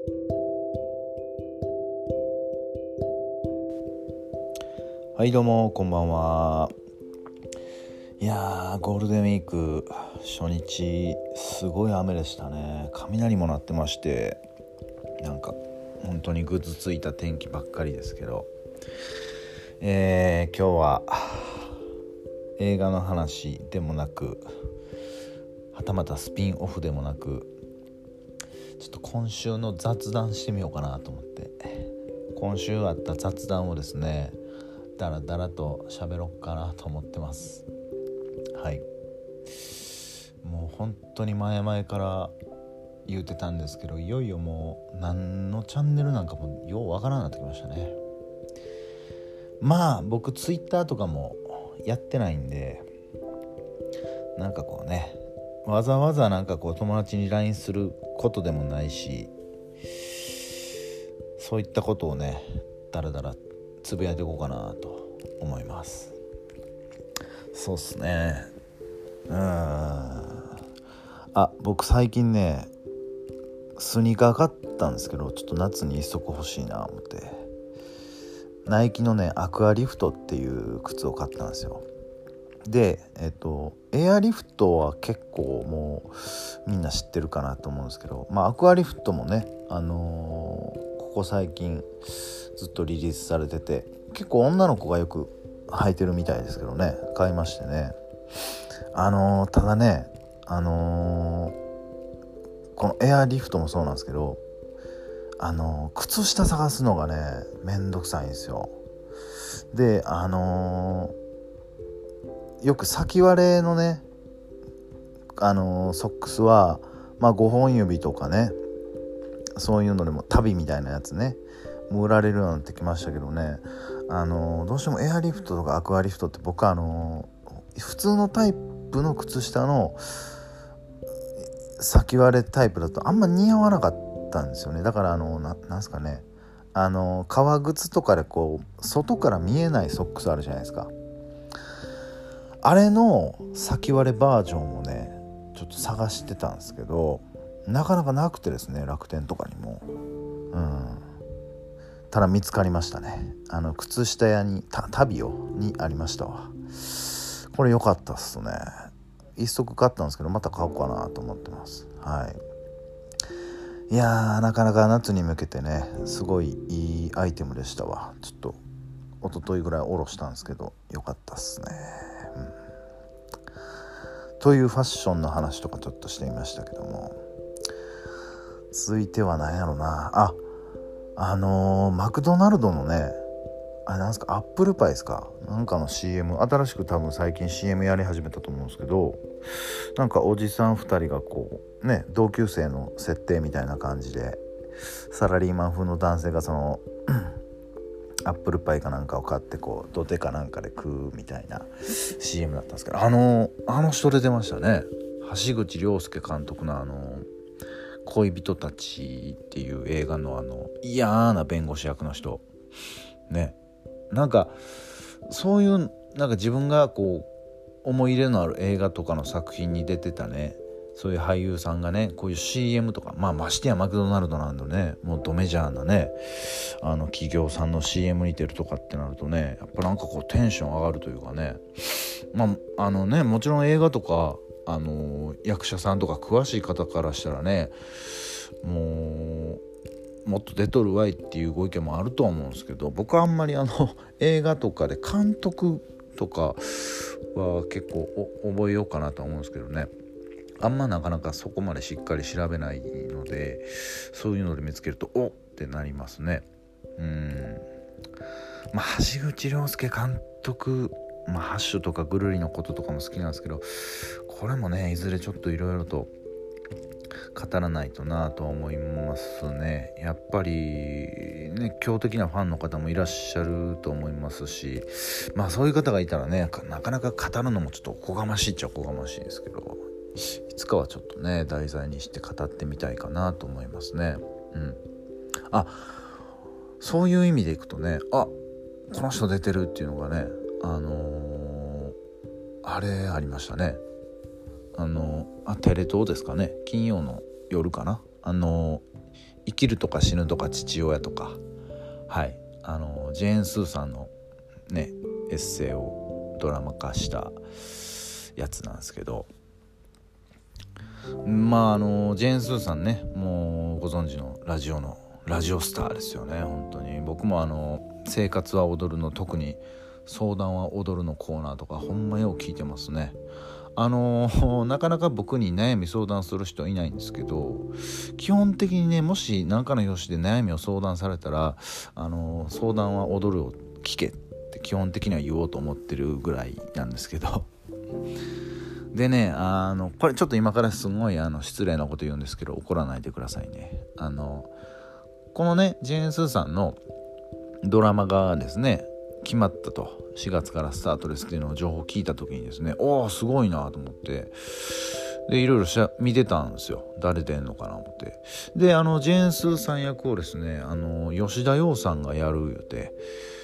はいどうもこんばんは。いやーゴールデンウィーク初日すごい雨でしたね。雷も鳴ってまして、なんか本当にぐずついた天気ばっかりですけど、今日は映画の話でもなく、はたまたスピンオフでもなく、ちょっと今週の雑談してみようかなと思って、今週あった雑談をですねだらだらと喋ろっかなと思ってます。はい、もう本当に前々から言ってたんですけど、いよいよもう何のチャンネルなんかもようわからなくなってきましたね。まあ僕ツイッターとかもやってないんで、なんかこうね、わざわざなんかこう友達に LINE することでもないし、そういったことをねだらだらつぶやいていこうかなと思います。そうっすね。僕最近ねスニーカー買ったんですけど、ちょっと夏に一足欲しいな思って、ナイキのねアクアリフトっていう靴を買ったんですよ。でエアリフトは結構もうみんな知ってるかなと思うんですけど、アクアリフトもねここ最近ずっとリリースされてて、結構女の子がよく履いてるみたいですけどね、買いましてね。ただねこのエアリフトもそうなんですけど、靴下探すのがねめんどくさいんですよ。でよく先割れのねソックスは5本指とかね、そういうのでも旅みたいなやつねもう売られるようになってきましたけどね、どうしてもエアリフトとかアクアリフトって僕普通のタイプの靴下の先割れタイプだとあんま似合わなかったんですよね。だからなんすかね、革靴とかでこう外から見えないソックスあるじゃないですか。あれの先割れバージョンをねちょっと探してたんですけど、なかなかなくてですね、楽天とかにもただ見つかりましたね。靴下屋にタビオにありましたわ。これ良かったっすね。一足買ったんですけどまた買おうかなと思ってます。はい。いやーなかなか夏に向けてねすごいいいアイテムでしたわ。ちょっと一昨日ぐらいおろしたんですけど良かったっすね。というファッションの話とかちょっとしてみましたけども、続いては何やろな。マクドナルドのねあれなんですか、アップルパイですか、なんかの CM 新しく多分最近 CM やり始めたと思うんですけど、なんかおじさん2人がこうね同級生の設定みたいな感じで、サラリーマン風の男性がそのアップルパイかなんかを買ってこう土手かなんかで食うみたいな CM だったんですけど、あの人出てましたね。橋口亮介監督の恋人たちっていう映画の嫌な弁護士役の人ね、なんかそういうなんか自分がこう思い入れのある映画とかの作品に出てたね、そういう俳優さんがねこういう CM とか、ましてやマクドナルドなんだね、もうドメジャーなね企業さんの CM に出るとかってなるとね、やっぱなんかこうテンション上がるというかね、もちろん映画とか役者さんとか詳しい方からしたらね、もっと出とるわいっていうご意見もあるとは思うんですけど、僕はあんまり映画とかで監督とかは結構覚えようかなと思うんですけどね、あんまなかなかそこまでしっかり調べないので、そういうので見つけるとおってなりますね。橋口亮介監督、ハッシュとかぐるりのこととかも好きなんですけど、これもねいずれちょっといろいろと語らないとなとは思いますね。やっぱりね強敵なファンの方もいらっしゃると思いますし、そういう方がいたらねなかなか語るのもちょっとおこがましいっちゃおこがましいですけど、いつかはちょっとね題材にして語ってみたいかなと思いますね。そういう意味でいくとね、この人出てるっていうのがねあれありましたね。テレ東ですかね、金曜の夜かな、 生きるとか死ぬとか父親とか、はい、ジェーン・スーさんのねエッセイをドラマ化したやつなんですけど、まあジェーン・スーさんね、もうご存知のラジオスターですよね。本当に僕も生活は踊るの、特に相談は踊るのコーナーとかほんまよう聞いてますね。なかなか僕に悩み相談する人いないんですけど、基本的にね、もし何かの拍子で悩みを相談されたら相談は踊るを聞けって基本的には言おうと思ってるぐらいなんですけどでね、これちょっと今からすごい失礼なこと言うんですけど、怒らないでくださいね。このねジェーン・スーさんのドラマがですね決まったと、4月からスタートですっていうのを情報を聞いた時にですね、おーすごいなと思って、でいろいろ見てたんですよ。誰出んのかな思って。でジェーン・スーさん役をですね吉田羊さんがやる言うて、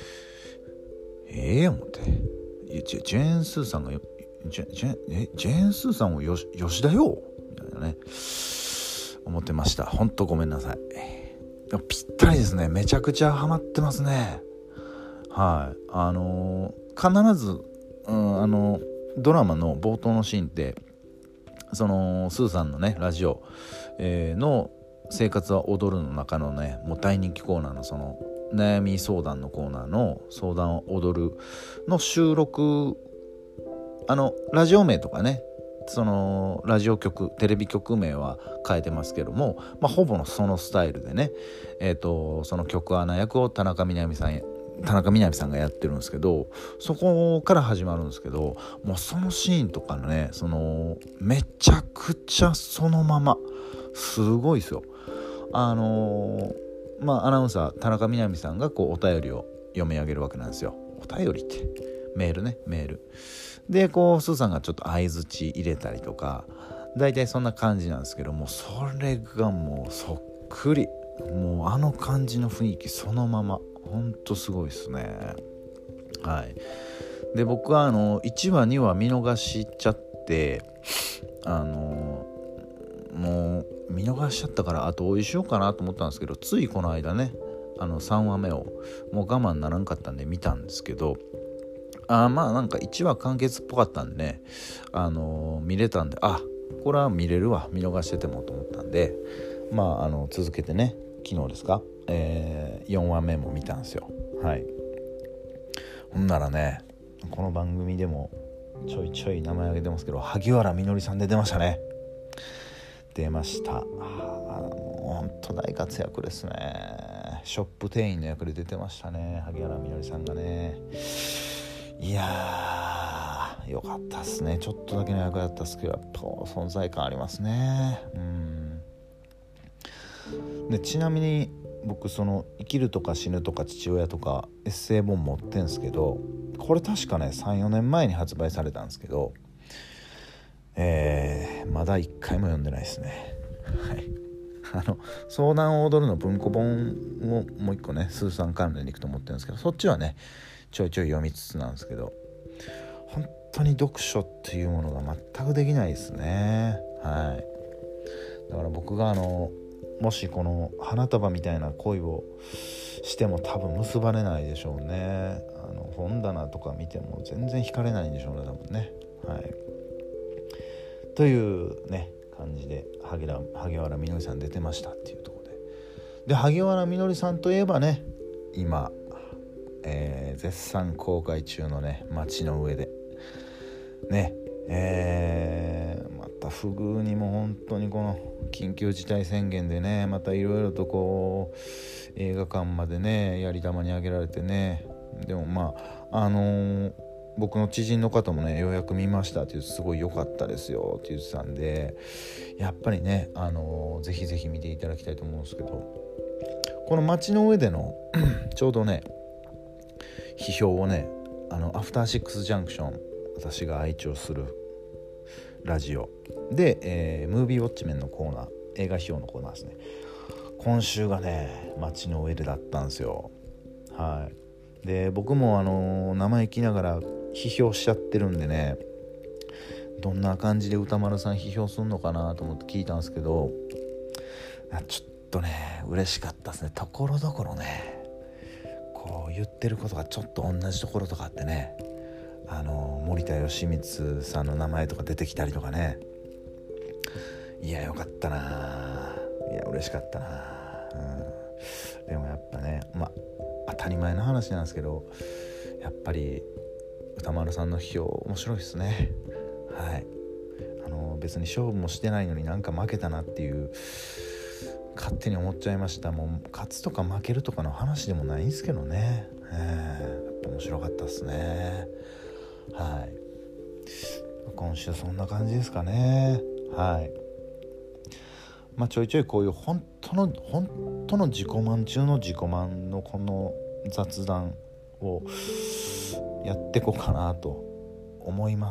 思って、ジェーン・スーさんがジェーン・スーさんを吉田羊みたいなね思ってました。ほんとごめんなさい。ぴったりですね。めちゃくちゃハマってますね。はい、必ず、ドラマの冒頭のシーンってそのスーさんのねラジオ、の生活は踊るの中のねもう大人気コーナーのその悩み相談のコーナーの相談を踊るの収録、ラジオ名とかね、そのラジオ局テレビ局名は変えてますけども、ほぼのそのスタイルでね、その局アナ役を田中みな実さんがやってるんですけど、そこから始まるんですけど、もうそのシーンとかね、そのめちゃくちゃそのまますごいですよ。アナウンサー田中みな実さんがこうお便りを読み上げるわけなんですよ。お便りってメールでこうスーさんがちょっと相づち入れたりとか、だいたいそんな感じなんですけども、それがもうそっくり、もう感じの雰囲気そのまま、ほんとすごいですね。はい。で僕は1話2話見逃しちゃって、もう見逃しちゃったから後追いしようかなと思ったんですけど、ついこの間ね3話目をもう我慢ならんかったんで見たんですけど、なんか1話完結っぽかったんでね、見れたんで、これは見れるわ、見逃しててもと思ったんで、続けてね、昨日ですか、4話目も見たんですよ。はい。ほんならね、この番組でもちょいちょい名前挙げてますけど、萩原みのりさんで出ましたね。出ました。ほんと大活躍ですね。ショップ店員の役で出てましたね、萩原みのりさんがね。いやーよかったっすね。ちょっとだけの役だったっすけど、やっぱ存在感ありますね。でちなみに僕その生きるとか死ぬとか父親とかエッセイ本持ってんすけど、これ確かね 3,4 年前に発売されたんですけど、まだ1回も読んでないですね。はい。相談を踊るの文庫本をもう一個ねスーさん関連に行くと思ってるんですけど、そっちはねちょいちょい読みつつなんですけど、本当に読書っていうものが全くできないですね。はい。だから僕がもしこの花束みたいな恋をしても多分結ばれないでしょうね。本棚とか見ても全然惹かれないんでしょうね、多分ね。はい。というね感じで萩原みのりさん出てましたっていうところで、萩原みのりさんといえばね、今、絶賛公開中のね街の上でね、また不遇にも本当にこの緊急事態宣言でね、またいろいろとこう映画館までねやり玉に挙げられてね、でも僕の知人の方もねようやく見ましたって言って、すごい良かったですよって言ってたんで、やっぱりねぜひぜひ見ていただきたいと思うんですけど、この街の上でのちょうどね批評をねアフターシックスジャンクション、私が愛聴するラジオで、ムービーウォッチメンのコーナー、映画批評のコーナーですね。今週がね街の上でだったんですよ。はい。で僕も生意気ながら批評しちゃってるんでね、どんな感じで歌丸さん批評するのかなと思って聞いたんですけど、ちょっ嬉しかったですね。ところどころねこう言ってることがちょっと同じところとかあってね、森田義満さんの名前とか出てきたりとかね、いやよかったな、いや嬉しかったな、でもやっぱね当たり前の話なんですけど、やっぱり歌丸さんの批評面白いですね。はい、別に勝負もしてないのになんか負けたなっていう勝手に思っちゃいました。もう勝つとか負けるとかの話でもないんですけどね、やっぱ面白かったですね。はい、今週そんな感じですかね。はい、ちょいちょいこういう本当の自己満中の自己満のこの雑談をやっていこうかなと思います。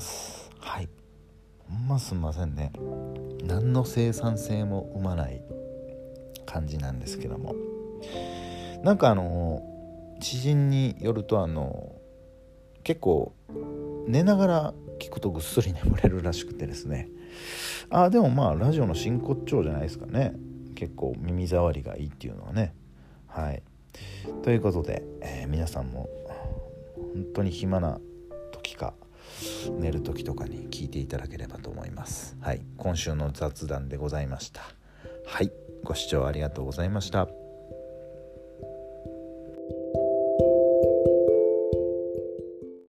はい、すんませんね、何の生産性も生まない感じなんですけども、なんか知人によると結構寝ながら聞くとぐっすり眠れるらしくてですね、でもラジオの真骨頂じゃないですかね。結構耳障りがいいっていうのはね。はい、ということで、皆さんも本当に暇な時か寝る時とかに聞いていただければと思います。はい、今週の雑談でございました。はい、ご視聴ありがとうございました。